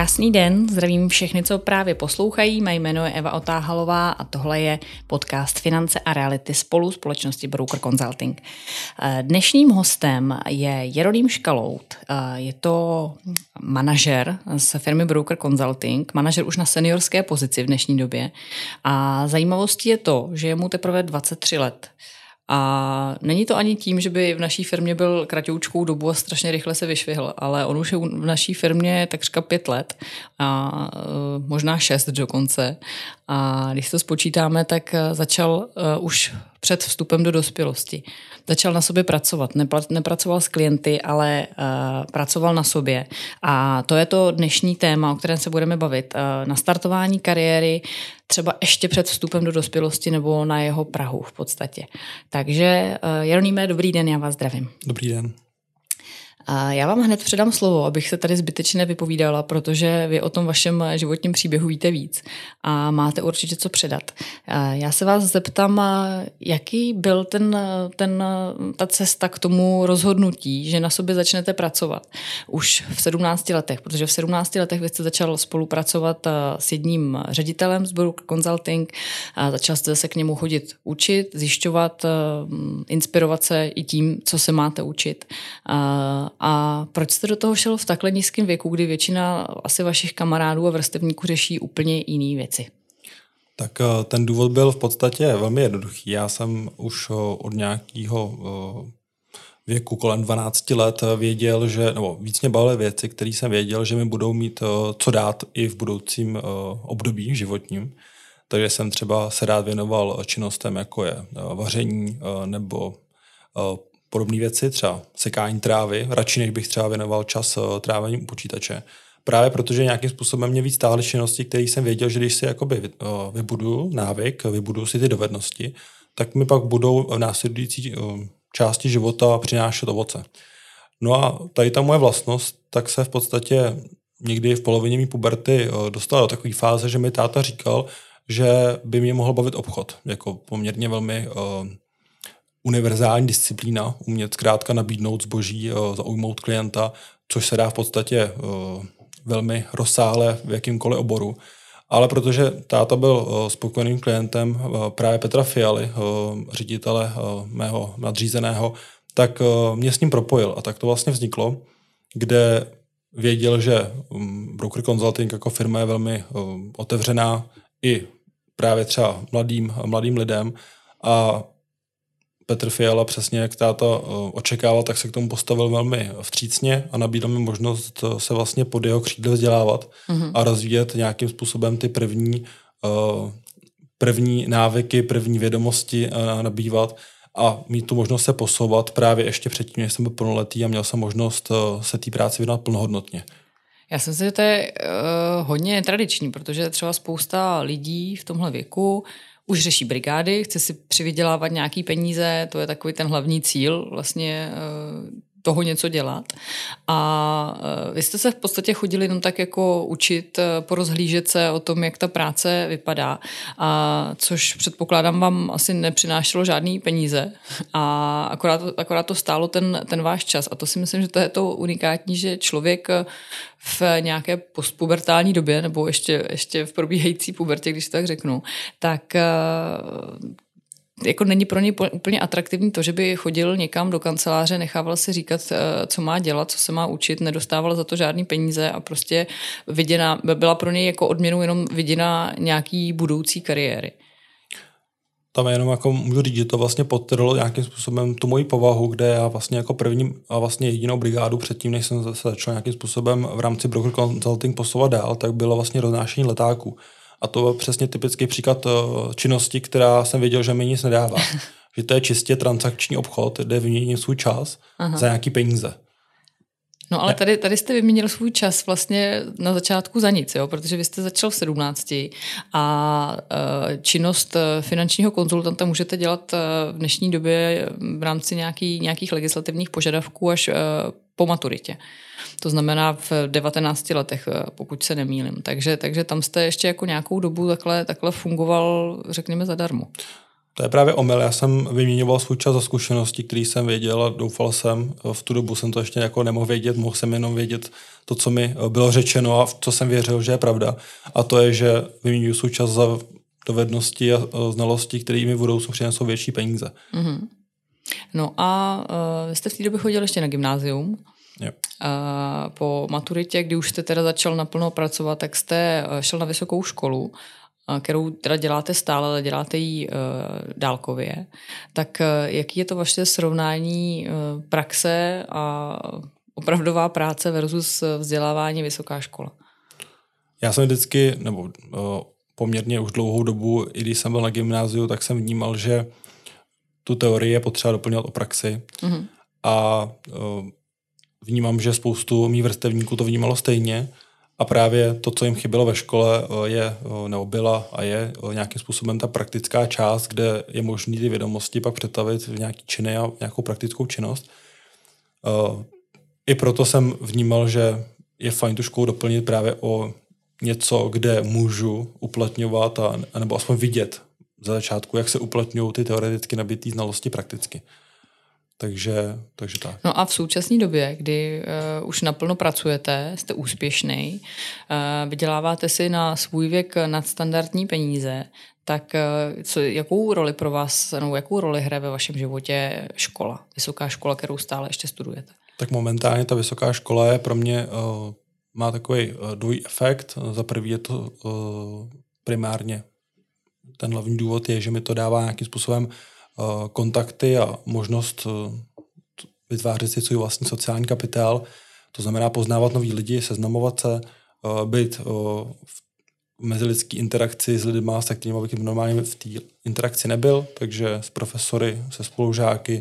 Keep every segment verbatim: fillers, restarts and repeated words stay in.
Krásný den, zdravím všechny, co právě poslouchají. Mé jméno je Eva Otáhalová a tohle je podcast Finance a reality spolu společnosti Broker Consulting. Dnešním hostem je Jeroným Škalout. Je to manažer z firmy Broker Consulting, manažer už na seniorské pozici v dnešní době. A zajímavostí je to, že je mu teprve dvacet tři let. A není to ani tím, že by v naší firmě byl kratoučkou dobu a strašně rychle se vyšvihl, ale on už je v naší firmě takřka pět let a možná šest dokonce. A když to spočítáme, tak začal už před vstupem do dospělosti. Začal na sobě pracovat. Nepracoval s klienty, ale uh, pracoval na sobě. A to je to dnešní téma, o kterém se budeme bavit. Uh, nastartování kariéry třeba ještě před vstupem do dospělosti nebo na jeho prahu v podstatě. Takže uh, Jeroníme, dobrý den, já vás zdravím. Dobrý den. Já vám hned předám slovo, abych se tady zbytečně nevypovídala, protože vy o tom vašem životním příběhu víte víc a máte určitě co předat. Já se vás zeptám, jaký byl ten, ten, ta cesta k tomu rozhodnutí, že na sobě začnete pracovat už v sedmnácti letech, protože v sedmnácti letech vy jste začal spolupracovat s jedním ředitelem z Broker Consulting, začal jste se k němu chodit učit, zjišťovat, inspirovat se i tím, co se máte učit. A proč jste do toho šel v takhle nízkém věku, kdy většina asi vašich kamarádů a vrstevníků řeší úplně jiné věci? Tak ten důvod byl v podstatě velmi jednoduchý. Já jsem už od nějakého věku kolem dvanácti let věděl, že, nebo víc mě bavily věci, které jsem věděl, že mi budou mít co dát i v budoucím období životním. Takže jsem třeba se rád věnoval činnostem, jako je vaření nebo podobné věci, třeba sekání trávy, radši než bych třeba věnoval čas trávení u počítače. Právě protože nějakým způsobem mě víc stály činnosti, které jsem věděl, že když si jakoby vybuduju návyk, vybuduju si ty dovednosti, tak mi pak budou v následující části života přinášet ovoce. No a tady ta moje vlastnost, tak se v podstatě někdy v polovině mý puberty dostala do takové fáze, že mi táta říkal, že by mě mohl bavit obchod, jako poměrně velmi univerzální disciplína, umět zkrátka nabídnout zboží, zaujmout klienta, což se dá v podstatě velmi rozsáhle v jakýmkoliv oboru. Ale protože táta byl spokojeným klientem právě Petra Fialy, ředitele mého nadřízeného, tak mě s ním propojil. A tak to vlastně vzniklo, kde věděl, že Broker Consulting jako firma je velmi otevřená i právě třeba mladým, mladým lidem a Petr Fiala, přesně jak táta očekával, tak se k tomu postavil velmi vstřícně a nabídl mi možnost se vlastně pod jeho křídle vzdělávat mm-hmm. a rozvíjet nějakým způsobem ty první, první návyky, první vědomosti nabývat a mít tu možnost se posouvat právě ještě předtím, než jsem byl plnoletý a měl jsem možnost se té práci věnovat plnohodnotně. Já si myslím, že to je uh, hodně tradiční, protože třeba spousta lidí v tomhle věku už řeší brigády, chce si přivydělávat nějaký peníze, to je takový ten hlavní cíl vlastně toho něco dělat. A vy jste se v podstatě chodili jenom tak jako učit, porozhlížet se o tom, jak ta práce vypadá, a což předpokládám vám asi nepřinášelo žádný peníze a akorát, akorát to stálo ten, ten váš čas. A to si myslím, že to je to unikátní, že člověk v nějaké postpubertální době, nebo ještě, ještě v probíhající pubertě, když to tak řeknu, tak jako není pro ně úplně atraktivní to, že by chodil někam do kanceláře, nechával si říkat, co má dělat, co se má učit, nedostával za to žádný peníze a prostě viděna, byla pro něj jako odměnu jenom viděna nějaký budoucí kariéry. Tam jenom jako můžu říct, že to vlastně podtrhlo nějakým způsobem tu moji povahu, kde já vlastně jako první a vlastně jedinou brigádu předtím, než jsem se začal nějakým způsobem v rámci Broker Consulting posouvat dál, tak bylo vlastně roznášení letáků. A to byl přesně typický příklad činnosti, která jsem věděl, že mi nic nedává. Že to je čistě transakční obchod, kde vyměním svůj čas Aha. za nějaký peníze. No ale tady, tady jste vyměnil svůj čas vlastně na začátku za nic, jo? Protože vy jste začal v sedmnácti a e, činnost finančního konzultanta můžete dělat v dnešní době v rámci nějaký, nějakých legislativních požadavků až e, po maturitě. To znamená v devatenácti letech, pokud se nemýlím. Takže, takže tam jste ještě jako nějakou dobu takhle, takhle fungoval, řekněme, zadarmo. To je právě omyl. Já jsem vyměňoval svůj čas za zkušenosti, které jsem věděl a doufal jsem. V tu dobu jsem to ještě jako nemohl vědět, mohl jsem jenom vědět to, co mi bylo řečeno a co jsem věřil, že je pravda. A to je, že vyměňuji svůj čas za dovednosti a znalosti, které mi v budoucnu přinesou větší peníze. Mm-hmm. No a uh, vy jste v té době chodil ještě na gymnázium. Jo. Uh, po maturitě, kdy už jste teda začal naplno pracovat, tak jste uh, šel na vysokou školu, uh, kterou teda děláte stále, ale děláte ji uh, dálkově. Tak uh, jaký je to vaše srovnání uh, praxe a opravdová práce versus vzdělávání vysoká škola? Já jsem vždycky, nebo uh, poměrně už dlouhou dobu, i když jsem byl na gymnáziu, tak jsem vnímal, že tu teorii je potřeba doplňovat o praxi. Mm-hmm. A uh, vnímám, že spoustu mých vrstevníků to vnímalo stejně a právě to, co jim chybělo ve škole, je, nebo byla a je nějakým způsobem ta praktická část, kde je možné ty vědomosti pak přetavit v nějaký činy a nějakou praktickou činnost. I proto jsem vnímal, že je fajn tu školu doplnit právě o něco, kde můžu uplatňovat a, nebo aspoň vidět za začátku, jak se uplatňují ty teoreticky nabitý znalosti prakticky. Takže, takže tak. No a v současné době, kdy uh, už naplno pracujete, jste úspěšný, uh, vyděláváte si na svůj věk nadstandardní peníze, tak uh, co, jakou roli pro vás, no, jakou roli hraje ve vašem životě škola, vysoká škola, kterou stále ještě studujete? Tak momentálně ta vysoká škola je pro mě, uh, má takový uh, dvojí efekt. Za prvý je to uh, primárně, ten hlavní důvod je, že mi to dává nějakým způsobem kontakty a možnost vytvářet si svůj vlastní sociální kapitál. To znamená poznávat nový lidi, seznamovat se, být v mezilidské interakci s lidmi, se kterými bych normálně v té interakci nebyl, takže s profesory, se spolužáky,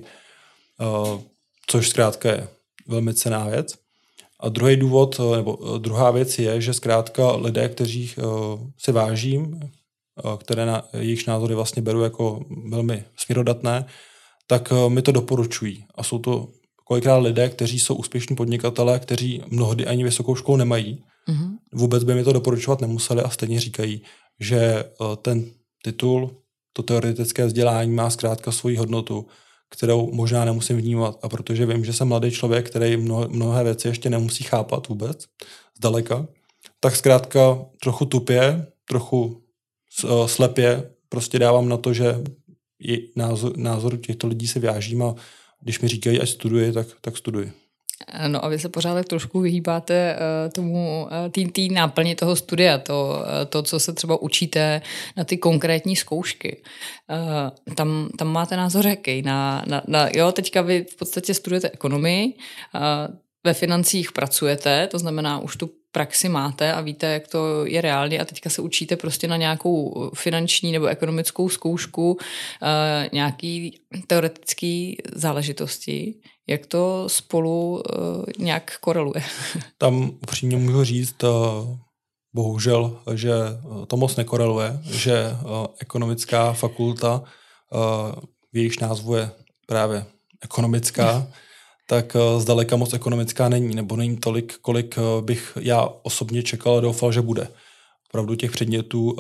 což zkrátka je velmi cenná věc. A druhý důvod, nebo druhá věc je, že zkrátka lidé, kteří si vážím, které na jejich názory vlastně beru jako velmi směrodatné, tak mi to doporučují. A jsou to kolikrát lidé, kteří jsou úspěšní podnikatelé, kteří mnohdy ani vysokou školu nemají. Mm-hmm. Vůbec by mi to doporučovat nemuseli a stejně říkají, že ten titul, to teoretické vzdělání má zkrátka svoji hodnotu, kterou možná nemusím vnímat. A protože vím, že jsem mladý člověk, který mnoho, mnohé věci ještě nemusí chápat vůbec, zdaleka, tak zkrátka trochu tupě, trochu slepě prostě dávám na to, že názor, názor těchto lidí se vážím a když mi říkají, ať studuji, tak, tak studuji. No a vy se pořád trošku vyhýbáte uh, tomu uh, tý náplně toho studia, to, uh, to, co se třeba učíte na ty konkrétní zkoušky. Uh, tam, tam máte názor jaký? Na, na, na, jo, teďka vy v podstatě studujete ekonomii, uh, ve financích pracujete, to znamená už tu praxi máte a víte, jak to je reálně a teďka se učíte prostě na nějakou finanční nebo ekonomickou zkoušku uh, nějaký teoretický záležitosti. Jak to spolu uh, nějak koreluje? Tam upřímně můžu říct, uh, bohužel, že to moc nekoreluje, že uh, ekonomická fakulta, uh, v jejíž názvu je právě ekonomická, tak zdaleka moc ekonomická není, nebo není tolik, kolik bych já osobně čekal a doufal, že bude. Opravdu těch předmětů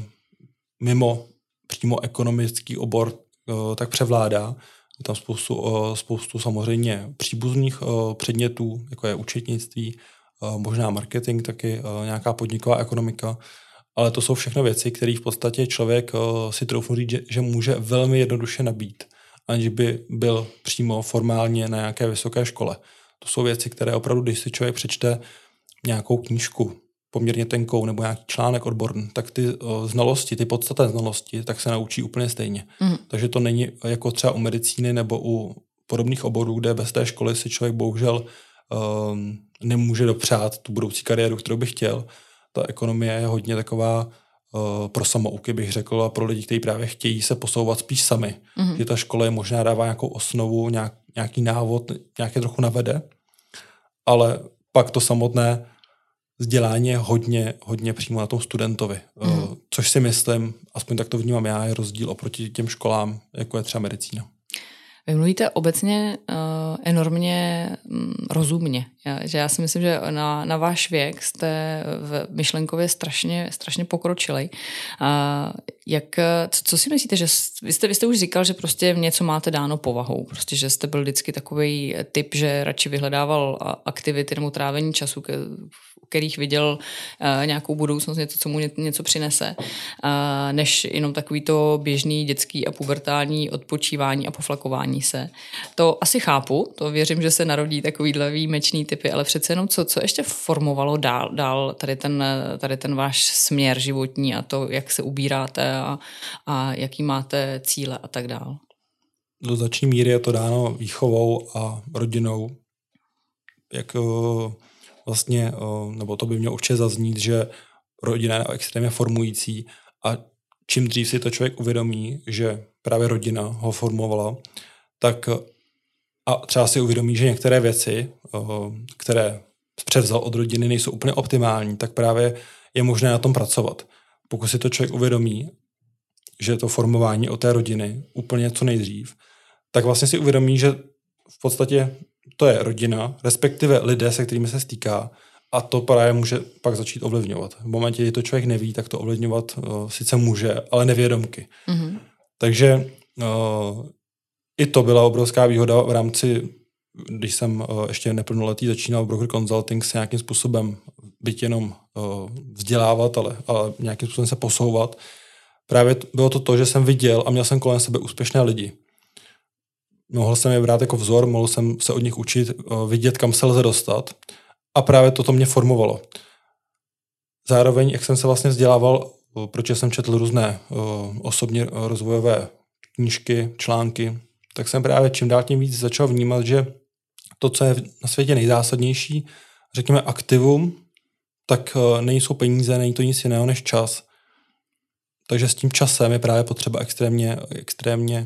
mimo přímo ekonomický obor tak převládá. Je tam spoustu, spoustu samozřejmě příbuzných předmětů, jako je účetnictví, možná marketing, taky nějaká podniková ekonomika, ale to jsou všechno věci, které v podstatě člověk si troufnu říct, že, že může velmi jednoduše nabít, aniž by byl přímo formálně na nějaké vysoké škole. To jsou věci, které opravdu, když si člověk přečte nějakou knížku, poměrně tenkou, nebo nějaký článek odborný, tak ty o, znalosti, ty podstatné znalosti, tak se naučí úplně stejně. Mm. Takže to není jako třeba u medicíny nebo u podobných oborů, kde bez té školy si člověk bohužel um, nemůže dopřát tu budoucí kariéru, kterou by chtěl. Ta ekonomie je hodně taková uh, pro samouky, bych řekl, a pro lidi, kteří právě chtějí se posouvat spíš sami. Mm. Že ta škola je možná dává nějakou osnovu, nějak, nějaký návod, nějaké trochu navede, ale pak to samotné vzdělání je hodně, hodně přímo na tom studentovi. Mm. Což si myslím, aspoň tak to vnímám já, je rozdíl oproti těm školám, jako je třeba medicína. Vy mluvíte obecně uh, enormně mm, rozumně. Já, že já si myslím, že na, na váš věk jste v myšlenkově strašně, strašně pokročilej. A jak, co, co si myslíte, že vy jste, vy jste už říkal, že prostě něco máte dáno povahou, prostě, že jste byl vždycky takový typ, že radši vyhledával aktivity nebo trávení času, ke, v kterých viděl uh, nějakou budoucnost, něco, co mu ně, něco přinese, uh, než jenom takový to běžný dětský a pubertální odpočívání a poflakování se. To asi chápu, to věřím, že se narodí takovýhle výjimečný typy, ale přece jenom co, co ještě formovalo dál, dál tady, ten, tady ten váš směr životní a to, jak se ubíráte a, a jaký máte cíle a tak dál. Do značné míry je to dáno výchovou a rodinou. Jak vlastně, nebo to by mělo určitě zaznít, že rodina je extrémně formující a čím dřív si to člověk uvědomí, že právě rodina ho formovala, tak a třeba si uvědomí, že některé věci, které převzal od rodiny, nejsou úplně optimální, tak právě je možné na tom pracovat. Pokud si to člověk uvědomí, že to formování od té rodiny úplně co nejdřív, tak vlastně si uvědomí, že v podstatě to je rodina, respektive lidé, se kterými se stýká, a to právě může pak začít ovlivňovat. V momentě, kdy to člověk neví, tak to ovlivňovat uh, sice může, ale nevědomky. Mm-hmm. Takže uh, i to byla obrovská výhoda v rámci, když jsem uh, ještě neplnoletý začínal broker consulting se nějakým způsobem, byť jenom uh, vzdělávat, ale, ale nějakým způsobem se posouvat. Právě bylo to to, že jsem viděl a měl jsem kolem sebe úspěšné lidi. Mohl jsem je brát jako vzor, mohl jsem se od nich učit, vidět, kam se lze dostat. A právě toto mě formovalo. Zároveň, jak jsem se vlastně vzdělával, protože jsem četl různé osobně rozvojové knížky, články, tak jsem právě čím dál tím víc začal vnímat, že to, co je na světě nejzásadnější, řekněme aktivum, tak nejsou peníze, není to nic jiného než čas. Takže s tím časem je právě potřeba extrémně, extrémně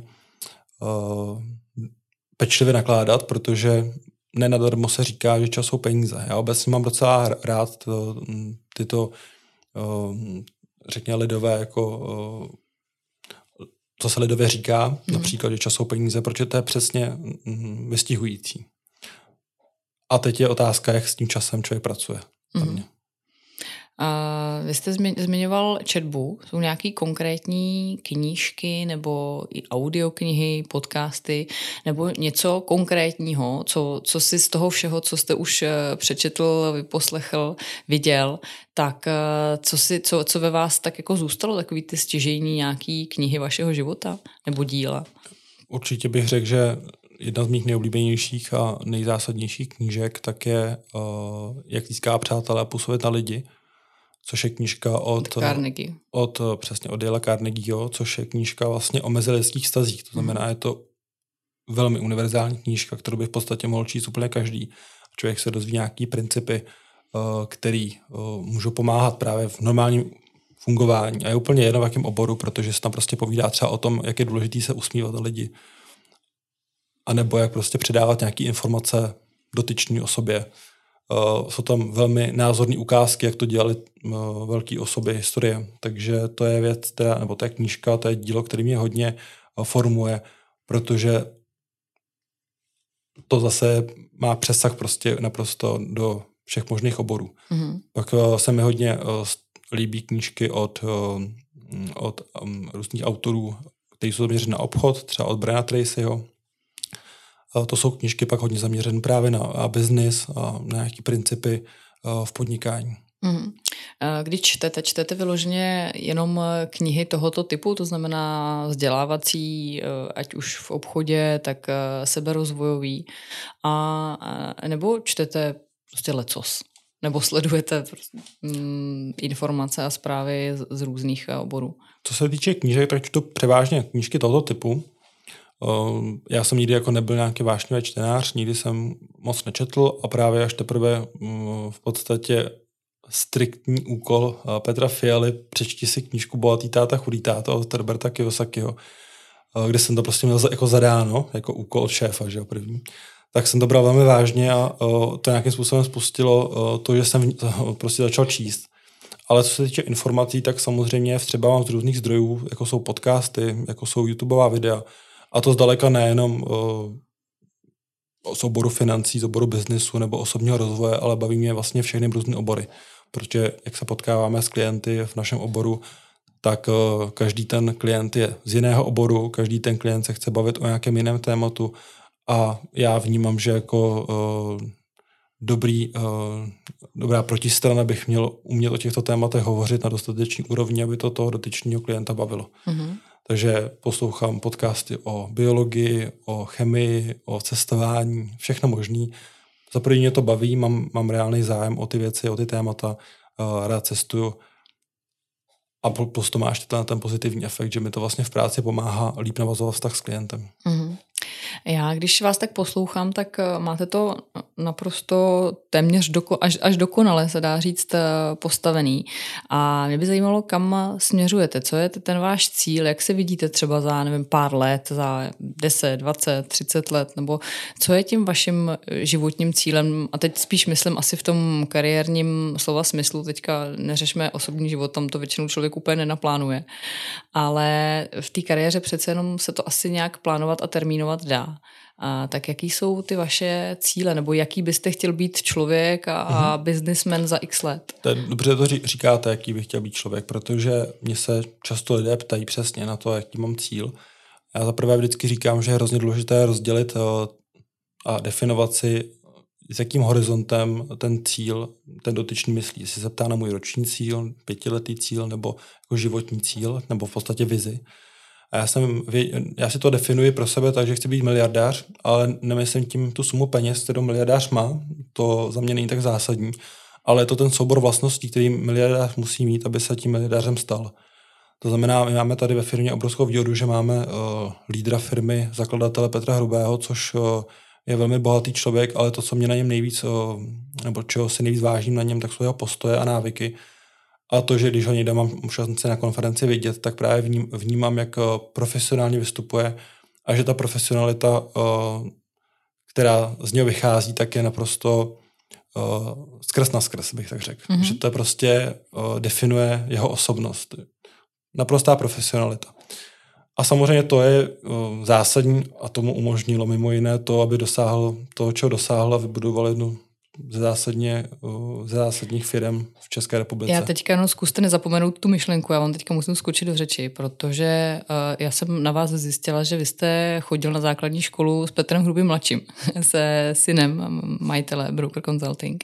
uh, pečlivě nakládat, protože nenadarmo se říká, že čas jsou peníze. Já obecně mám docela rád to, tyto, uh, řekněme, lidové, jako, uh, co se lidově říká, mm. například, že čas jsou peníze, protože to je přesně mm, vystihující. A teď je otázka, jak s tím časem člověk pracuje. Mm. Uh, vy jste zmiňoval četbu. Jsou nějaké konkrétní knížky nebo i audioknihy, podcasty nebo něco konkrétního, co, co si z toho všeho, co jste už přečetl, vyposlechl, viděl, tak co, si, co, co ve vás tak jako zůstalo, takový ty stěžejní nějaký knihy vašeho života nebo díla? Určitě bych řekl, že jedna z mých nejoblíbenějších a nejzásadnějších knížek tak je uh, Jak získá přátelé a působit na lidi, což je knížka od, Carnegie. od přesně od Dale Carnegieho, což je knížka vlastně o mezilidských vztazích. To znamená, mm. je to velmi univerzální knížka, kterou by v podstatě mohl číst úplně každý. Člověk se dozví nějaký principy, který můžou pomáhat právě v normálním fungování. A je úplně jedno v jakém oboru, protože se tam prostě povídá třeba o tom, jak je důležité se usmívat na lidi. A nebo jak prostě předávat nějaké informace dotyčné osobě. Uh, jsou tam velmi názorné ukázky, jak to dělali uh, velké osoby historie. Takže to je věc, teda, nebo to je knížka, to je dílo, které mě hodně uh, formuje, protože to zase má přesah prostě naprosto do všech možných oborů. Mm-hmm. Pak uh, se mi hodně uh, líbí knížky od, uh, od um, různých autorů, kteří jsou zaměřený na obchod, třeba od Briana Tracyho. To jsou knížky pak hodně zaměřené právě na, na biznis a na nějaké principy v podnikání. Mm. Když čtete, čtete vyloženě jenom knihy tohoto typu, to znamená vzdělávací, ať už v obchodě, tak seberozvojový, a nebo čtete prostě lecos? Nebo sledujete prostě, mm, informace a zprávy z, z různých oborů? Co se týče knížek, tak čtu převážně knížky tohoto typu. Já jsem nikdy jako nebyl nějaký vášnivý čtenář, nikdy jsem moc nečetl a právě až teprve v podstatě striktní úkol Petra Fialy, přečti si knížku Bohatý táta, chudý táta od Roberta Kiyosakiho, kde jsem to prostě měl jako zadáno, jako úkol od šéfa, že jo, první. Tak jsem to bral velmi vážně a to nějakým způsobem spustilo to, že jsem prostě začal číst. Ale co se týče informací, tak samozřejmě vstřebávám z různých zdrojů, jako jsou podcasty, jako jsou YouTubeová videa. A to zdaleka nejenom uh, z oboru financí, z oboru biznesu nebo osobního rozvoje, ale baví mě vlastně všechny různé obory. Protože jak se potkáváme s klienty v našem oboru, tak uh, každý ten klient je z jiného oboru, každý ten klient se chce bavit o nějakém jiném tématu a já vnímám, že jako uh, dobrý, uh, dobrá protistrana bych měl umět o těchto tématech hovořit na dostatečný úrovni, aby to toho dotyčného klienta bavilo. Mm-hmm. Takže poslouchám podcasty o biologii, o chemii, o cestování, všechno možný. Za první mě to baví, mám, mám reálný zájem o ty věci, o ty témata, uh, rád cestuju. A plus to má ještě ten, ten pozitivní efekt, že mi to vlastně v práci pomáhá líp navazovat vztah s klientem. Mm-hmm. Já, když vás tak poslouchám, tak máte to naprosto téměř doko, až, až dokonale, se dá říct, postavený. A mě by zajímalo, kam směřujete, co je ten váš cíl, jak se vidíte třeba za, nevím, pár let, za deset, dvacet, třicet let, nebo co je tím vaším životním cílem, a teď spíš myslím asi v tom kariérním slova smyslu, teďka neřešme osobní život, tam to většinou člověk úplně nenaplánuje, ale v té kariéře přece jenom se to asi nějak plánovat a termínovat dá. A tak jaký jsou ty vaše cíle, nebo jaký byste chtěl být člověk a, mm-hmm. a businessman za x let? To je, dobře to říkáte, jaký bych chtěl být člověk, protože mě se často lidé ptají přesně na to, jaký mám cíl. Já zaprvé vždycky říkám, že je hrozně důležité rozdělit a definovat si, s jakým horizontem ten cíl, ten dotyčný myslí. Jestli se ptá na můj roční cíl, pětiletý cíl, nebo jako životní cíl, nebo v podstatě vizi. A já, jsem, já si to definuji pro sebe tak, že chci být miliardář, ale nemyslím tím tu sumu peněz, kterou miliardář má, to za mě není tak zásadní, ale je to ten soubor vlastností, který miliardář musí mít, aby se tím miliardářem stal. To znamená, my máme tady ve firmě obrovskou výhodu, že máme uh, lídra firmy, zakladatele Petra Hrubého, což uh, je velmi bohatý člověk, ale to, co mě na něm nejvíc, uh, nebo čeho si nejvíc vážím na něm, tak jsou jeho postoje a návyky. A to, že když ho někde mám šanci na konferenci vidět, tak právě vním, vnímám, jak profesionálně vystupuje a že ta profesionalita, která z něho vychází, tak je naprosto skrz na skrz, bych tak řekl. Mm-hmm. Že to prostě definuje jeho osobnost. Naprostá profesionalita. A samozřejmě to je zásadní a tomu umožnilo mimo jiné to, aby dosáhl toho, čeho dosáhl a vybudoval jednu ze, zásadně, ze zásadních firm v České republice. Já teďka jenom zkuste nezapomenout tu myšlenku, já vám teďka musím skočit do řeči, protože uh, já jsem na vás zjistila, že vy jste chodil na základní školu s Petrem Hrubým mladším, se synem majitele Broker Consulting.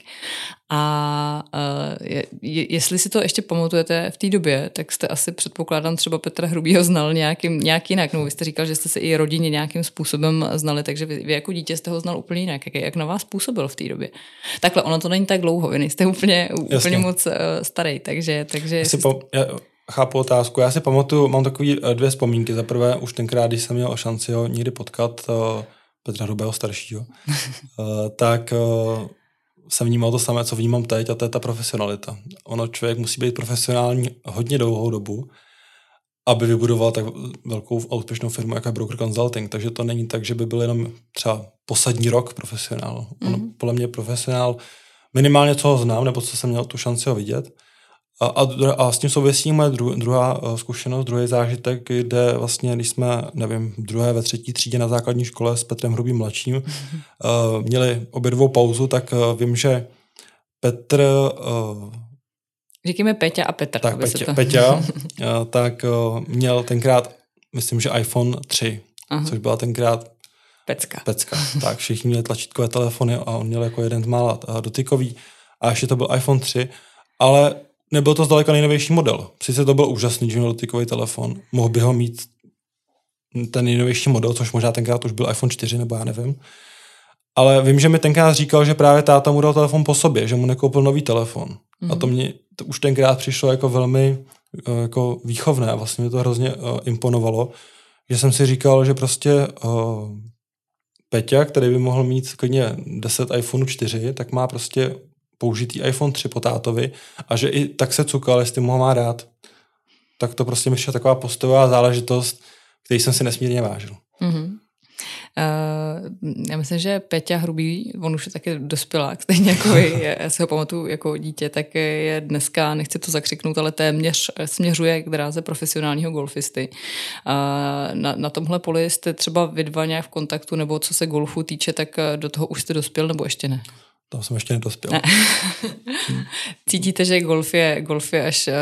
A uh, je, je, jestli si to ještě pamatujete v té době, tak jste asi, předpokládám, třeba Petra Hrubýho znal nějakým, nějak jinak. No, vy jste říkal, že jste se i rodině nějakým způsobem znali, takže vy, vy jako dítě jste ho znal úplně jinak. Jak, jak na vás působil v té době? Takhle, ono to není tak dlouho, vy nejste úplně, úplně moc uh, starý, takže... takže já, si pam- já chápu otázku. Já si pamatuju, mám takové uh, dvě vzpomínky. Za prvé, už tenkrát, když jsem měl šanci ho někdy potkat, uh, Petra Hrubého staršího, uh, tak... Uh, jsem vnímal to samé, co vnímám teď, a to je ta profesionalita. Ono, člověk musí být profesionální hodně dlouhou dobu, aby vybudoval tak velkou a úspěšnou firmu, jako je Broker Consulting. Takže to není tak, že by byl jenom třeba poslední rok profesionál. Ono, mm-hmm. podle mě profesionál, minimálně co ho znám, nebo co jsem měl tu šanci ho vidět. A, a, a s tím souvisí moje dru, druhá zkušenost, druhý zážitek, kde vlastně, když jsme, nevím, v druhé, ve třetí třídě na základní škole s Petrem Hrubým mladším mm-hmm. uh, měli obě dvou pauzu, tak uh, vím, že Petr... Uh, Říkáme Peťa a Petr. Tak Peťa, to... Peťa uh, tak uh, měl tenkrát, myslím, že iPhone tři, aha. což byla tenkrát Pecka. Pecka. Tak všichni měli tlačítkové telefony a on měl jako jeden z mála dotykový. A ještě to byl iPhone tři, ale nebyl to zdaleka nejnovější model. Sice to byl úžasný, že měl dotykový telefon. Mohl by ho mít ten nejnovější model, což možná tenkrát už byl iPhone čtyři, nebo já nevím. Ale vím, že mi tenkrát říkal, že právě táta mu dal telefon po sobě, že mu nekoupil nový telefon. Mm. A to mě to už tenkrát přišlo jako velmi jako výchovné a vlastně mi to hrozně uh, imponovalo, že jsem si říkal, že prostě uh, Peťa, který by mohl mít klidně deset iPhone čtyři, tak má prostě použitý iPhone tři po tátovi a že i tak se cukal, jestli mu ho má rád. Tak to prostě mi šla taková postová záležitost, který jsem si nesmírně vážil. Mm-hmm. Uh, já myslím, že Peťa Hrubý, on už je taky dospělák, stejně jako vy, já si ho pamatuju jako dítě, tak je dneska, nechci to zakřiknout, ale téměř směřuje k dráze profesionálního golfisty. Na, na tomhle poli jste třeba vy dva nějak v kontaktu, nebo co se golfu týče, tak do toho už jste dospěl, nebo ještě ne? To jsem ještě nedospěl. Ne. Cítíte, že golf je, golf je až uh,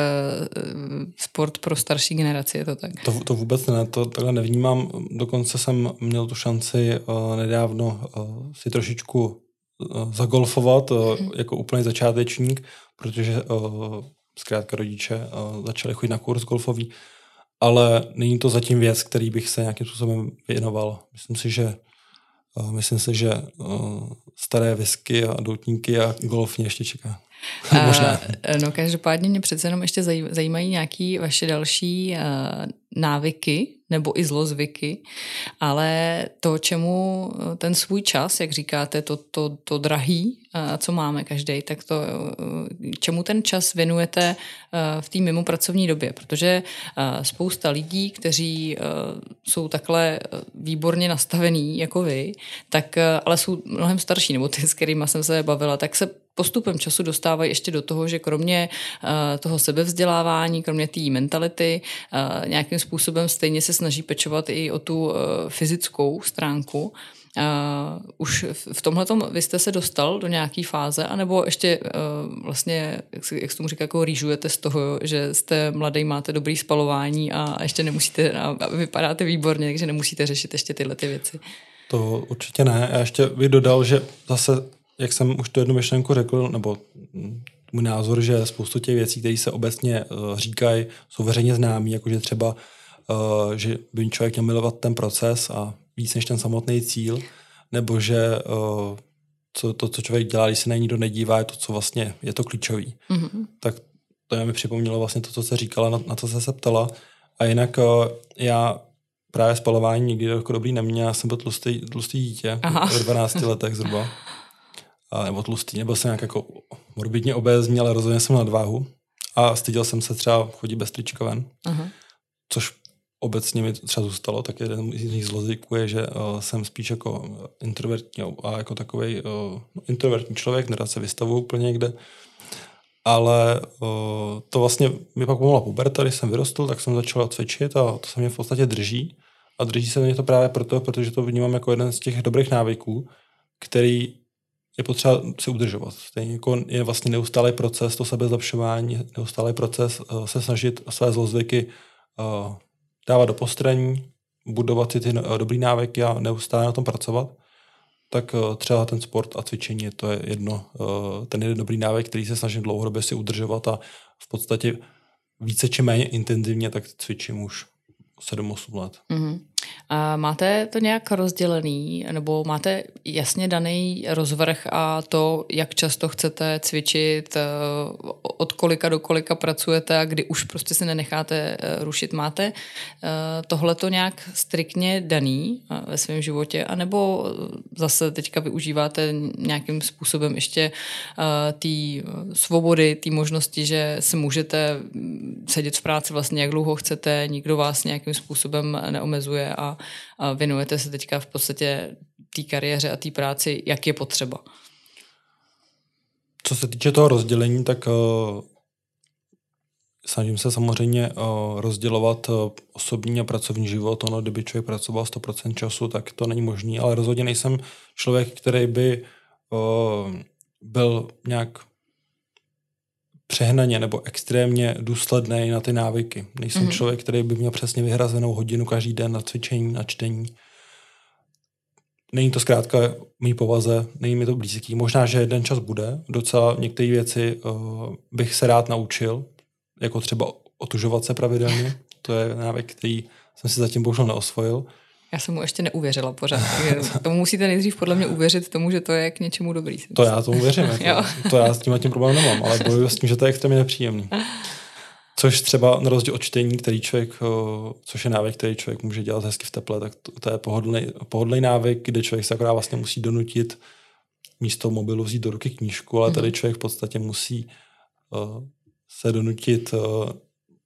sport pro starší generaci, je to tak? To, to vůbec ne, to takhle nevnímám. Dokonce jsem měl tu šanci uh, nedávno uh, si trošičku uh, zagolfovat uh, hmm. jako úplný začátečník, protože uh, zkrátka rodiče uh, začali chodit na kurz golfový, ale není to zatím věc, který bych se nějakým způsobem věnoval. Myslím si, že Myslím si, že uh, staré whisky a doutníky a golf mě ještě čeká. Možná. Uh, no každopádně mě přece jenom ještě zajímají nějaké vaše další uh, návyky nebo i zlozvyky, ale to, čemu ten svůj čas, jak říkáte, to, to, to drahý, uh, co máme každý, tak to, uh, čemu ten čas věnujete uh, v té mimo pracovní době, protože uh, spousta lidí, kteří uh, jsou takhle výborně nastavení jako vy, tak uh, ale jsou mnohem starší, nebo ty, s kterými jsem se bavila, tak se postupem času dostávají ještě do toho, že kromě uh, toho sebevzdělávání, kromě té mentality, uh, nějakým způsobem stejně se snaží pečovat i o tu uh, fyzickou stránku. Uh, už v tomhletom vy jste se dostal do nějaké fáze, anebo ještě uh, vlastně, jak se, jak se tomu říká, jako rýžujete z toho, že jste mladý, máte dobrý spalování a ještě nemusíte, a vypadáte výborně, takže nemusíte řešit ještě tyhle ty věci. To určitě ne. Já ještě bych dodal, že zase, jak jsem už tu jednu myšlenku řekl, nebo můj názor, že spoustu těch věcí, které se obecně uh, říkají, jsou veřejně známý, jakože třeba, uh, že by člověk měl milovat ten proces a víc než ten samotný cíl, nebo že uh, co, to, co člověk dělá, když se na nikdo nedívá, je to, co vlastně je to klíčový. Mm-hmm. Tak to mi připomnělo vlastně to, co jsi říkala, na, na to se se ptala. A jinak uh, já právě spalování nikdy jako dobrý neměl, já jsem byl tlustý, tlustý dítě, v dvanácti letech zhruba. A, nebo tlustý, nebyl jsem nějak jako morbidně obézní, ale rozhodně jsem na nadváhu. A styděl jsem se třeba chodit bez trička ven, uh-huh. což obecně mi třeba zůstalo, tak jeden z nich zlozvyků je, že uh, jsem spíš jako introvertní a jako takovej uh, introvertní člověk, nerad se vystavuju úplně někde. Ale uh, to vlastně mi pak pomohla puberta, když jsem vyrostl, tak jsem začal cvičit a to se mě v podstatě drží. A drží se mě to právě proto, protože to vnímám jako jeden z těch dobrých návyků, který je potřeba se udržovat. Stejně jako je vlastně neustálý proces to sebezlepšování, neustálý proces uh, se snažit své zlozvyky uh, dávat do postraní, budovat si ty uh, dobrý návyky a neustále na tom pracovat. Tak uh, třeba ten sport a cvičení, to je jedno, uh, ten jeden dobrý návyk, který se snažím dlouhodobě si udržovat a v podstatě více či méně intenzivně tak cvičím už sedm osm let. Mm-hmm. A máte to nějak rozdělený, nebo máte jasně daný rozvrh a to, jak často chcete cvičit, od kolika do kolika pracujete a kdy už prostě se nenecháte rušit. Máte tohleto nějak striktně daný ve svém životě, anebo zase teďka využíváte nějakým způsobem ještě té svobody, té možnosti, že se můžete sedět v práci vlastně jak dlouho chcete, nikdo vás nějakým způsobem neomezuje a a věnujete se teďka v podstatě té kariéře a té práci, jak je potřeba. Co se týče toho rozdělení, tak uh, snažím se samozřejmě uh, rozdělovat uh, osobní a pracovní život. Ono, kdyby člověk pracoval sto procent času, tak to není možný, ale rozhodně nejsem člověk, který by uh, byl nějak přehnaně nebo extrémně důsledný na ty návyky. Nejsem mm-hmm. člověk, který by měl přesně vyhrazenou hodinu každý den na cvičení, na čtení. Není to zkrátka mý povaze, není mi to blízký. Možná, že jeden čas bude. Docela některé věci uh, bych se rád naučil, jako třeba otužovat se pravidelně. To je návyk, který jsem si zatím bohužel neosvojil. Já jsem mu ještě neuvěřila pořád. Tomu musíte nejdřív podle mě uvěřit tomu, že to je k něčemu dobrý. To já tomu věřím. To, to já s tím tím problém nemám, ale bojuju s tím, že to je extrémně nepříjemný. Což třeba na rozdíl od čtení, který člověk, což je návyk, který člověk může dělat hezky v teple, tak to, to je pohodlný, pohodlný návyk, kde člověk se akorát vlastně musí donutit místo mobilu vzít do ruky knížku, ale tady člověk v podstatě musí uh, se donutit uh,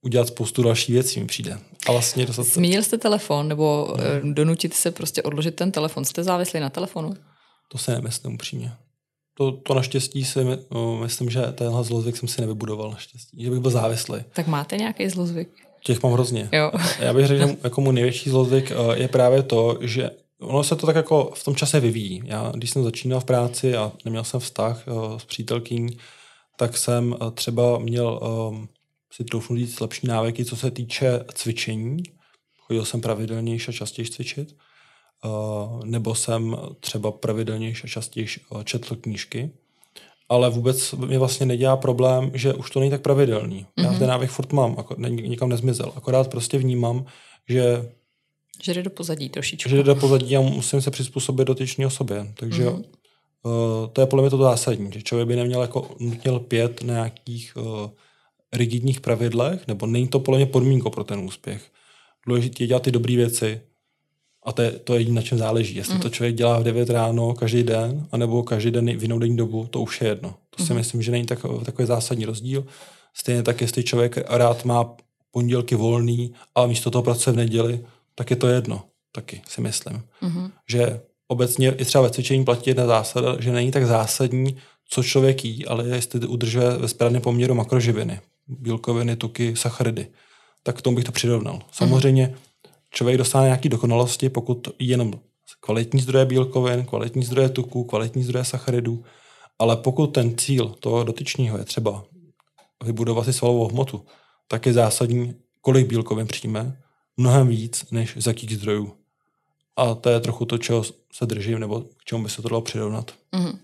udělat spoustu dalších věcí, mi přijde. A vlastně dostat... Zmínil jste telefon, nebo no. donutit se prostě odložit ten telefon. Jste závislí na telefonu? To se nemyslím upřímně. To, to naštěstí si no, myslím, že tenhle zlozvyk jsem si nevybudoval naštěstí, že bych byl závislý. Tak máte nějaký zlozvyk? Těch mám hrozně. Jo. Já bych řekl, že jako můj největší zlozvyk je právě to, že ono se to tak jako v tom čase vyvíjí. Já, když jsem začínal v práci a neměl jsem vztah s přítelkyní, tak jsem třeba měl um, si troufnu říct lepší návyky, co se týče cvičení. Chodil jsem pravidelnější a častěji cvičit. Uh, nebo jsem třeba pravidelnější a častěji četl knížky. Ale vůbec mi vlastně nedělá problém, že už to není tak pravidelný. Mm-hmm. Já ten návyk furt mám, jako, nikam nezmizel. Akorát prostě vnímám, že Že jde do pozadí trošičku. Že jde do pozadí a musím se přizpůsobit dotyčné osobě. Takže mm-hmm. uh, to je podle mě to zásadní, že člověk by neměl jako nutně lpět na nějakých uh, rigidních pravidlech, nebo není to podle mě podmínko pro ten úspěch. Důležité je dělat ty dobré věci a to je, to je jediné, na čem záleží. Jestli mm-hmm. to člověk dělá v devět ráno každý den, anebo každý den v jinou denní dobu, to už je jedno. To mm-hmm. si myslím, že není tak, takový zásadní rozdíl. Stejně tak, jestli člověk rád má pondělky volný a místo toho pracuje v neděli, tak je to jedno, taky si myslím. Mm-hmm. Že obecně i třeba ve cvičení platí jedna zásada, že není tak zásadní, co člověk jí, ale jestli udržuje ve správném poměru makroživiny, bílkoviny, tuky, sacharidy. Tak k tomu bych to přirovnal. Samozřejmě člověk dostane nějaké dokonalosti, pokud jí jenom kvalitní zdroje bílkovin, kvalitní zdroje tuků, kvalitní zdroje sacharidů, ale pokud ten cíl toho dotyčného je třeba vybudovat si svalovou hmotu, tak je zásadní, kolik bílkovin přijme, mnohem víc, než z jakých zdrojů. A to je trochu to, čeho se držím, nebo k čemu by se to dalo přirovnat. Mm.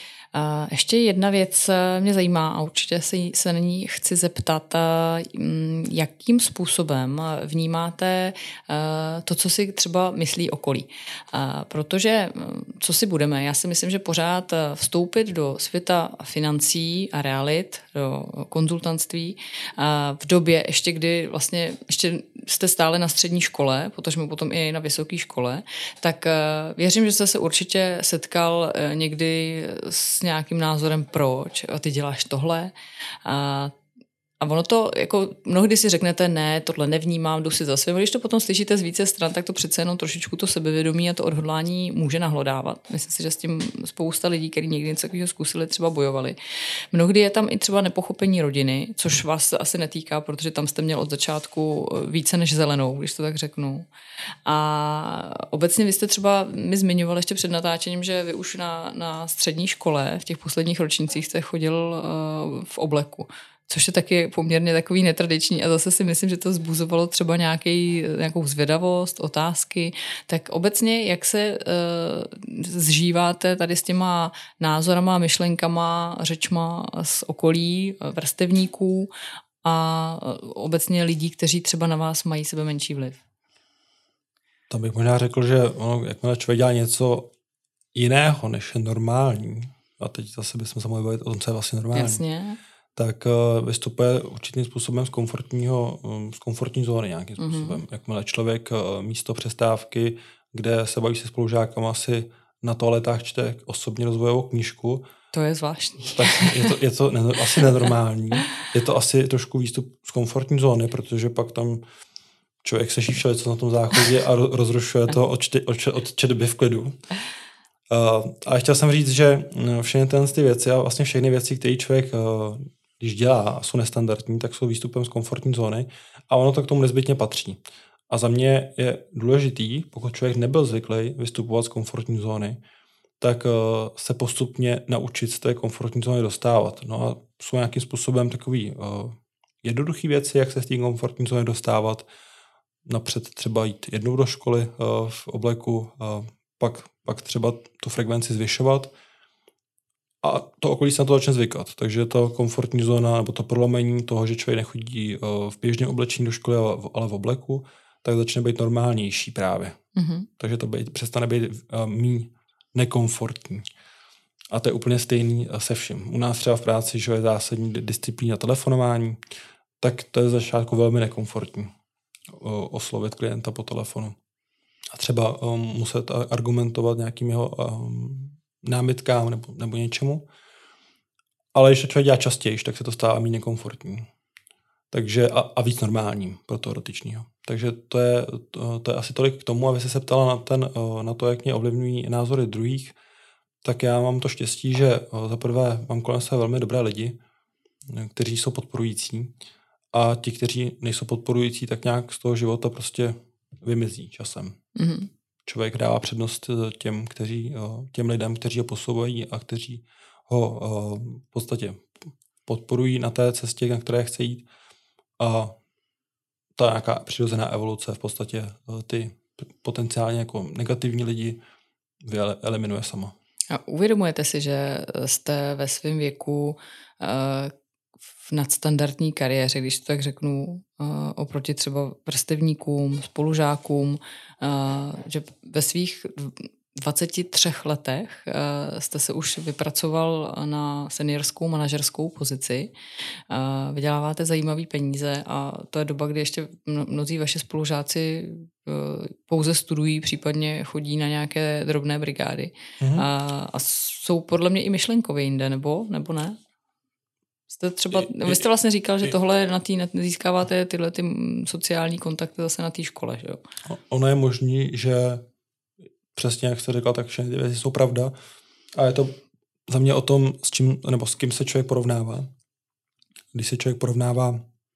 A ještě jedna věc mě zajímá a určitě se, se na ní chci zeptat, jakým způsobem vnímáte to, co si třeba myslí okolí. Protože, co si budeme, já si myslím, že pořád vstoupit do světa financí a realit, do konzultantství v době ještě, kdy vlastně ještě jste stále na střední škole, protože potom i na vysoké škole, tak věřím, že jste se určitě setkal někdy s nějakým názorem, proč a ty děláš tohle. A, a ono to, jako mnohdy si řeknete, ne, tohle nevnímám, jdu si za svým. Když to potom slyšíte z více stran, tak to přece jenom trošičku to sebevědomí a to odhodlání může nahlodávat. Myslím si, že s tím spousta lidí, kteří někdy něco takového zkusili, třeba bojovali. Mnohdy je tam i třeba nepochopení rodiny, což vás asi netýká, protože tam jste měl od začátku více než zelenou, když to tak řeknu. A obecně vy jste třeba, mi zmiňoval ještě před natáčením, že vy už na, na střední škole v těch posledních ročnících jste chodil uh, v obleku. Což je taky poměrně takový netradiční a zase si myslím, že to vzbuzovalo třeba nějaký, nějakou zvědavost, otázky. Tak obecně, jak se uh, zžíváte tady s těma názorama, myšlenkama, řečma z okolí, vrstevníků a obecně lidí, kteří třeba na vás mají sebe menší vliv? Tam bych možná řekl, že ono, jakmile člověk dělá něco jiného, než je normální, a teď zase bychom se mohli bavit o tom, co je vlastně normální, Jasně. tak uh, vystupuje určitým způsobem z komfortního, um, z komfortní zóny nějakým způsobem. Mm-hmm. Jakmile člověk uh, místo přestávky, kde se baví se spolužákama, si na toaletách čte osobně rozvojovou knížku. To je zvláštní. Tak je to, je to ne, asi nenormální. Je to asi trošku výstup z komfortní zóny, protože pak tam člověk se šífšel, co na tom záchodě a rozrušuje to od, čty, od, od četby v klidu. Uh, a chtěl jsem říct, že všechny ty věci a vlastně všechny věci, které člověk, uh, když dělá a jsou nestandardní, tak jsou výstupem z komfortní zóny a ono to k tomu nezbytně patří. A za mě je důležitý, pokud člověk nebyl zvyklý vystupovat z komfortní zóny, tak uh, se postupně naučit z té komfortní zóny dostávat. No a jsou nějakým způsobem takový uh, jednoduchý věci, jak se z té komfortní zóny dostávat. Napřed třeba jít jednou do školy uh, v obleku, uh, pak, pak třeba tu frekvenci zvyšovat a to okolí se na to začne zvykat. Takže ta komfortní zóna nebo to prolomení toho, že člověk nechodí uh, v běžném oblečení do školy, ale v obleku, tak začne být normálnější právě. Mm-hmm. Takže to být, přestane být uh, míň nekomfortní. A to je úplně stejný se vším. U nás třeba v práci, že je zásadní disciplína telefonování, tak to je z začátku velmi nekomfortní oslovit klienta po telefonu. A třeba um, muset argumentovat nějakým jeho um, námitkám nebo, nebo něčemu. Ale když to člověk dělá častěji, tak se to stává méně nekomfortní. Takže a, a víc normálním pro toho dotyčného. Takže to je, to, to je asi tolik k tomu, aby se ptala na, ten, na to, jak mě ovlivňují názory druhých. Tak já mám to štěstí, že za prvé mám kolem sebe velmi dobré lidi, kteří jsou podporující, a ti, kteří nejsou podporující, tak nějak z toho života prostě vymizí časem. Mm-hmm. Člověk dává přednost těm, kteří, těm lidem, kteří ho posouvají a kteří ho v podstatě podporují na té cestě, na které chce jít. A ta nějaká přirozená evoluce v podstatě ty potenciálně jako negativní lidi eliminuje sama. A uvědomujete si, že jste ve svém věku v nadstandardní kariéře, když to tak řeknu, oproti třeba vrstevníkům, spolužákům, že ve svých dvaceti třech letech jste se už vypracoval na seniorskou manažerskou pozici, vyděláváte zajímavé peníze a to je doba, kdy ještě mnozí vaši spolužáci pouze studují, případně chodí na nějaké drobné brigády. Mm-hmm. A, a jsou podle mě i myšlenkově jinde, nebo, nebo ne? Jste třeba, vy jste vlastně říkal, že tohle na tý, získáváte tyhle ty sociální kontakty zase na té škole, že jo? Ono je možný, že přesně jak jste řekla, tak všechny ty věci jsou pravda. A je to za mě o tom, s čím, nebo s kým se člověk porovnává. Když se člověk porovnává,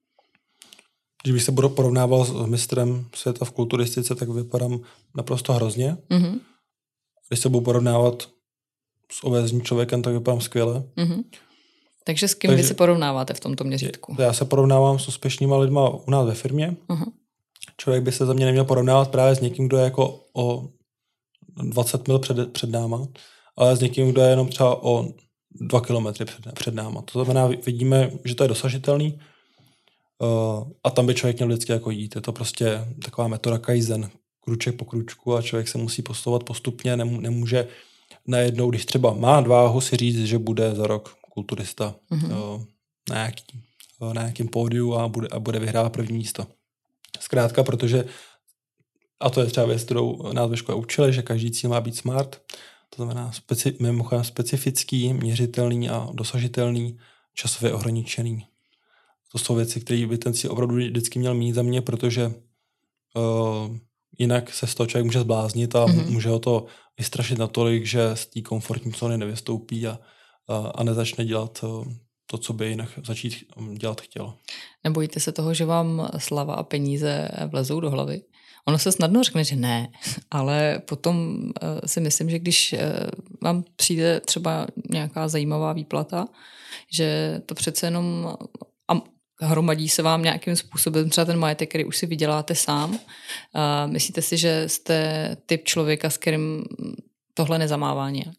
když bych se porovnával s mistrem světa v kulturistice, tak vypadám naprosto hrozně. Mm-hmm. Když se budu porovnávat s obézním člověkem, tak vypadám skvěle. Mm-hmm. Takže s kým Takže, vy se porovnáváte v tomto měřítku? Já se porovnávám s úspěšnýma lidma u nás ve firmě. Uh-huh. Člověk by se za mě neměl porovnávat právě s někým, kdo je jako o dvacet mil před, před náma, ale s někým, kdo je jenom třeba o dva kilometry před, před náma. To znamená, vidíme, že to je dosažitelný uh, a tam by člověk měl vždycky jako jít. Je to prostě taková metoda Kaizen, kruček po kručku a člověk se musí postupovat postupně, nemůže najednou, když třeba má váhu, si říct, že bude za rok kulturista mm-hmm. na, nějaký, na nějakém pódiu a bude, a bude vyhrávat první místo. Zkrátka, protože, a to je třeba věc, kterou nás ve škole učili, že každý cíl má být smart, to znamená speci, mimochodem specifický, měřitelný a dosažitelný, časově ohraničený. To jsou věci, které by ten cíl opravdu vždycky měl mít za mě, protože uh, jinak se z toho člověk může zbláznit a mm-hmm. může ho to vystrašit natolik, že z té komfortní zóny nevystoupí a a nezačne dělat to, co by jinak začít dělat chtěl. Nebojíte se toho, že vám slava a peníze vlezou do hlavy? Ono se snadno řekne, že ne, ale potom si myslím, že když vám přijde třeba nějaká zajímavá výplata, že to přece jenom a hromadí se vám nějakým způsobem třeba ten majetek, který už si vyděláte sám. A myslíte si, že jste typ člověka, s kterým tohle nezamává nějak?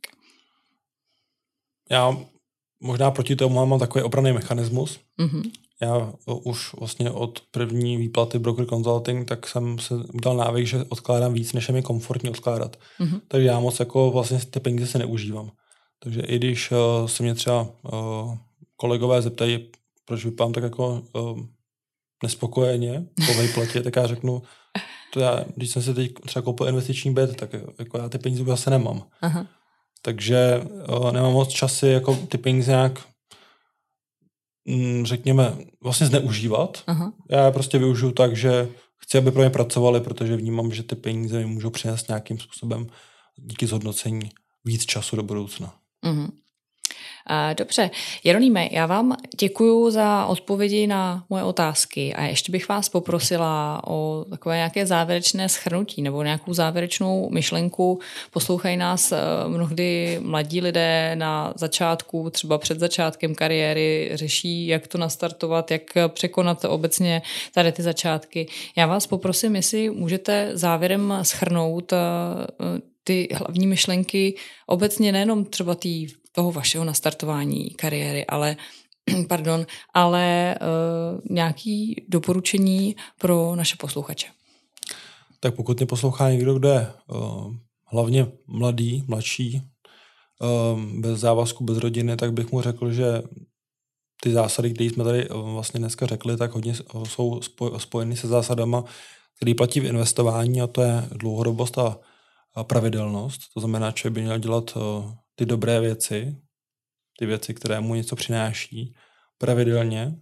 Já možná proti tomu mám takový obranný mechanismus. Mm-hmm. Já už vlastně od první výplaty Broker Consulting, tak jsem se udělal návyk, že odkládám víc, než je mi komfortně odkládat. Mm-hmm. Takže já moc jako vlastně ty peníze se neužívám. Takže i když uh, se mě třeba uh, kolegové zeptají, proč vypadám tak jako uh, nespokojeně po výplatě, tak já řeknu, to já, když jsem si teď třeba koupil investiční byt, tak jako já ty peníze zase nemám. Aha. Takže uh, nemám moc časy jako ty peníze nějak mm, řekněme vlastně zneužívat. Aha. Já je prostě využiju tak, že chci, aby pro mě pracovali, protože vnímám, že ty peníze mi můžou přinést nějakým způsobem díky zhodnocení víc času do budoucna. Uh-huh. Dobře. Jeroníme, já vám děkuju za odpovědi na moje otázky a ještě bych vás poprosila o takové nějaké závěrečné shrnutí nebo nějakou závěrečnou myšlenku. Poslouchají nás mnohdy mladí lidé na začátku, třeba před začátkem kariéry, řeší, jak to nastartovat, jak překonat obecně tady ty začátky. Já vás poprosím, jestli můžete závěrem shrnout ty hlavní myšlenky obecně nejenom třeba tý, toho vašeho nastartování kariéry, ale, pardon, ale uh, nějaké doporučení pro naše posluchače. Tak pokud mě poslouchá někdo, kdo je uh, hlavně mladý, mladší, uh, bez závazku, bez rodiny, tak bych mu řekl, že ty zásady, které jsme tady uh, vlastně dneska řekli, tak hodně uh, jsou spojeny se zásadama, které platí v investování, a to je dlouhodobost a pravidelnost. To znamená, že by měl dělat uh, ty dobré věci, ty věci, které mu něco přináší pravidelně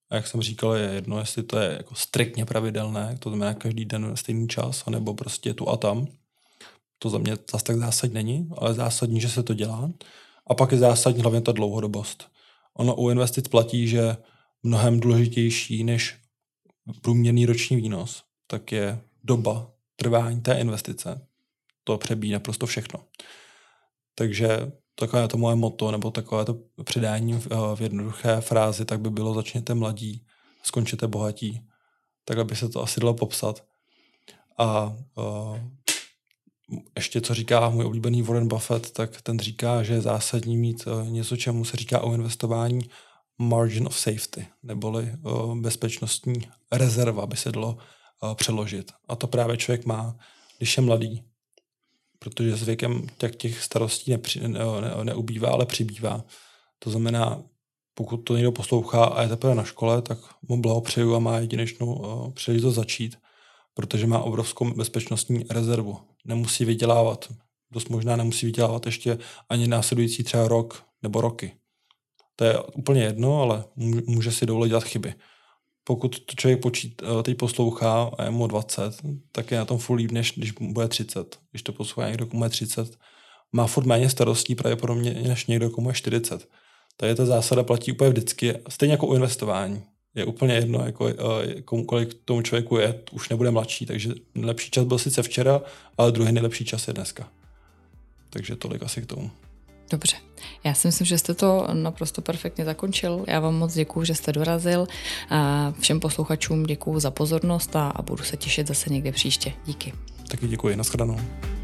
A jak jsem říkal, je jedno, jestli to je jako striktně pravidelné, to znamená každý den stejný čas, anebo prostě tu a tam. To za mě zase tak zásadní není, ale zásadní, že se to dělá. A pak je zásadní hlavně ta dlouhodobost. Ono u investic platí, že mnohem důležitější než průměrný roční výnos, tak je doba trvání té investice. To přebíjí naprosto všechno. Takže takové to moje motto, nebo takové to předání v, v jednoduché frázi, tak by bylo: začněte mladí, skončete bohatí. Tak, aby se to asi dalo popsat. A uh, ještě co říká můj oblíbený Warren Buffett, tak ten říká, že je zásadní mít uh, něco, čemu se říká o investování margin of safety, neboli uh, bezpečnostní rezerva, by se dalo uh, přeložit. A to právě člověk má, když je mladý. Protože s věkem těch, těch starostí nepři, ne, ne, neubývá, ale přibývá. To znamená, pokud to někdo poslouchá a je teprve na škole, tak mu blahopřeju a má jedinečnou uh, příležitost začít, protože má obrovskou bezpečnostní rezervu. Nemusí vydělávat. Dost možná nemusí vydělávat ještě ani následující třeba rok nebo roky. To je úplně jedno, ale může si dovolit dělat chyby. Pokud to člověk počít, teď poslouchá a je mu dvacet, tak je na tom furt líp, než když bude třicet. Když to poslouchá někdo, komu je třicet, má furt méně starostí pravděpodobně, než někdo, komu je čtyřicet. Tady ta zásada platí úplně vždycky, stejně jako u investování. Je úplně jedno, jako, kolik tomu člověku je, už nebude mladší, takže nejlepší čas byl sice včera, ale druhý nejlepší čas je dneska. Takže tolik asi k tomu. Dobře. Já si myslím, že jste to naprosto perfektně zakončil. Já vám moc děkuju, že jste dorazil. A všem posluchačům děkuju za pozornost a, a budu se těšit zase někde příště. Díky. Taky děkuji. Nashledanou.